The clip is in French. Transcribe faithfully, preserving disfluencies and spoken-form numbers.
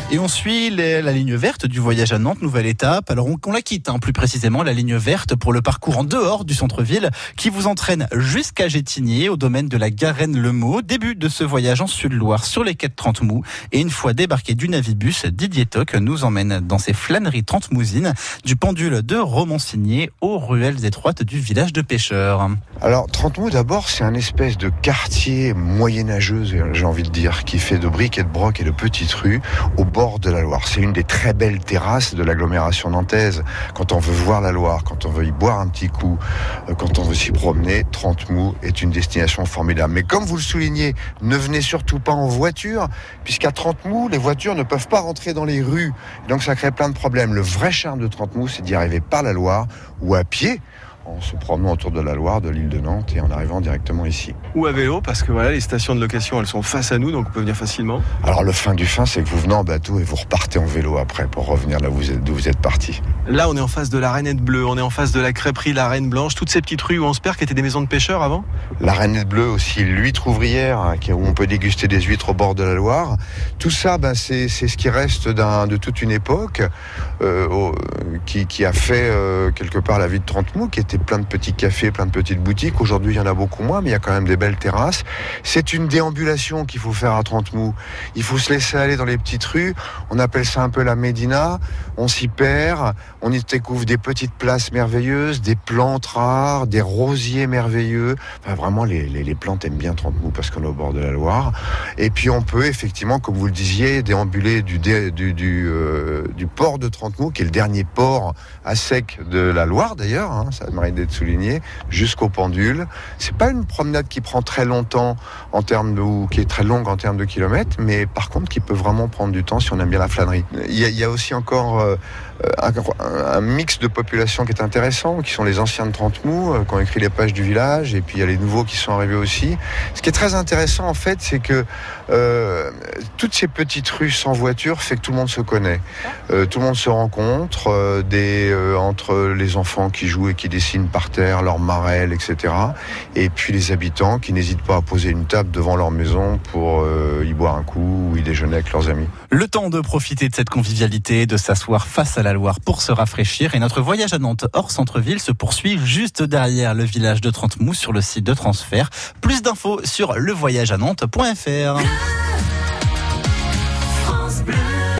Et on suit les, la ligne verte du voyage à Nantes, nouvelle étape. Alors on, on la quitte, hein, plus précisément la ligne verte pour le parcours en dehors du centre-ville qui vous entraîne jusqu'à Gétigné, au domaine de la Garenne-le-Maux. Début de ce voyage en Sud-Loire sur les quais de Trente-Mous. Et une fois débarqué du navibus, Didier Toc nous emmène dans ses flâneries Trente-Mousines, du pendule de Romansigné aux ruelles étroites du village de pêcheurs. Alors Trente-Mous d'abord, c'est un espèce de quartier moyenâgeux, j'ai envie de dire, qui fait de briques et de brocs et de petites rues au bord de la Loire. C'est une des très belles terrasses de l'agglomération nantaise. Quand on veut voir la Loire, quand on veut y boire un petit coup, quand on veut s'y promener, Trente-Mous est une destination formidable. Mais comme vous le soulignez, ne venez surtout pas en voiture, puisqu'à Trente-Mous, les voitures ne peuvent pas rentrer dans les rues. Donc ça crée plein de problèmes. Le vrai charme de Trente-Mous, c'est d'y arriver par la Loire ou à pied, en se promenant autour de la Loire, de l'île de Nantes et en arrivant directement ici. Ou à vélo, parce que voilà, les stations de location, elles sont face à nous, donc on peut venir facilement. Alors le fin du fin, c'est que vous venez en bateau et vous repartez en vélo après pour revenir là où vous êtes, d'où vous êtes parti. Là, on est en face de la Rainette Bleue, on est en face de la crêperie La Reine Blanche, toutes ces petites rues où on se perd qui étaient des maisons de pêcheurs avant. La Rainette Bleue aussi, l'huître ouvrière, hein, où on peut déguster des huîtres au bord de la Loire. Tout ça, ben, c'est, c'est ce qui reste d'un, de toute une époque euh, au, qui, qui a fait euh, quelque part la vie de Trente-Mous, qui était plein de petits cafés, plein de petites boutiques. Aujourd'hui, il y en a beaucoup moins, mais il y a quand même des belles terrasses. C'est une déambulation qu'il faut faire à Trente-Mous. Il faut se laisser aller dans les petites rues. On appelle ça un peu la Médina. On s'y perd. On y découvre des petites places merveilleuses, des plantes rares, des rosiers merveilleux. Enfin, vraiment, les, les, les plantes aiment bien Trente-Mous parce qu'on est au bord de la Loire. Et puis, on peut effectivement, comme vous le disiez, déambuler du, du, du, euh, du port de Trente-Mous, qui est le dernier port à sec de la Loire, d'ailleurs. Hein, ça mérite d'être souligné. Jusqu'au pendule. C'est pas une promenade qui prend très longtemps en termes de, ou qui est très longue en termes de kilomètres, mais par contre qui peut vraiment prendre du temps si on aime bien la flânerie. Il y a, il y a aussi encore euh, un, un mix de population qui est intéressant, qui sont les anciens de Trente-Mous, euh, qui ont écrit les pages du village, et puis il y a les nouveaux qui sont arrivés aussi. Ce qui est très intéressant en fait, c'est que euh, toutes ces petites rues sans voiture fait que tout le monde se connaît. Euh, tout le monde se rencontre, euh, des, euh, entre les enfants qui jouent et qui dessinent par terre, leurs marelles, et cetera. Et puis les habitants qui n'hésitent pas à poser une table devant leur maison pour euh, y boire un coup ou y déjeuner avec leurs amis. Le temps de profiter de cette convivialité, de s'asseoir face à la Loire pour se rafraîchir. Et notre voyage à Nantes hors centre-ville se poursuit juste derrière le village de Trente-Mous sur le site de transfert. Plus d'infos sur le voyage à nantes point f r.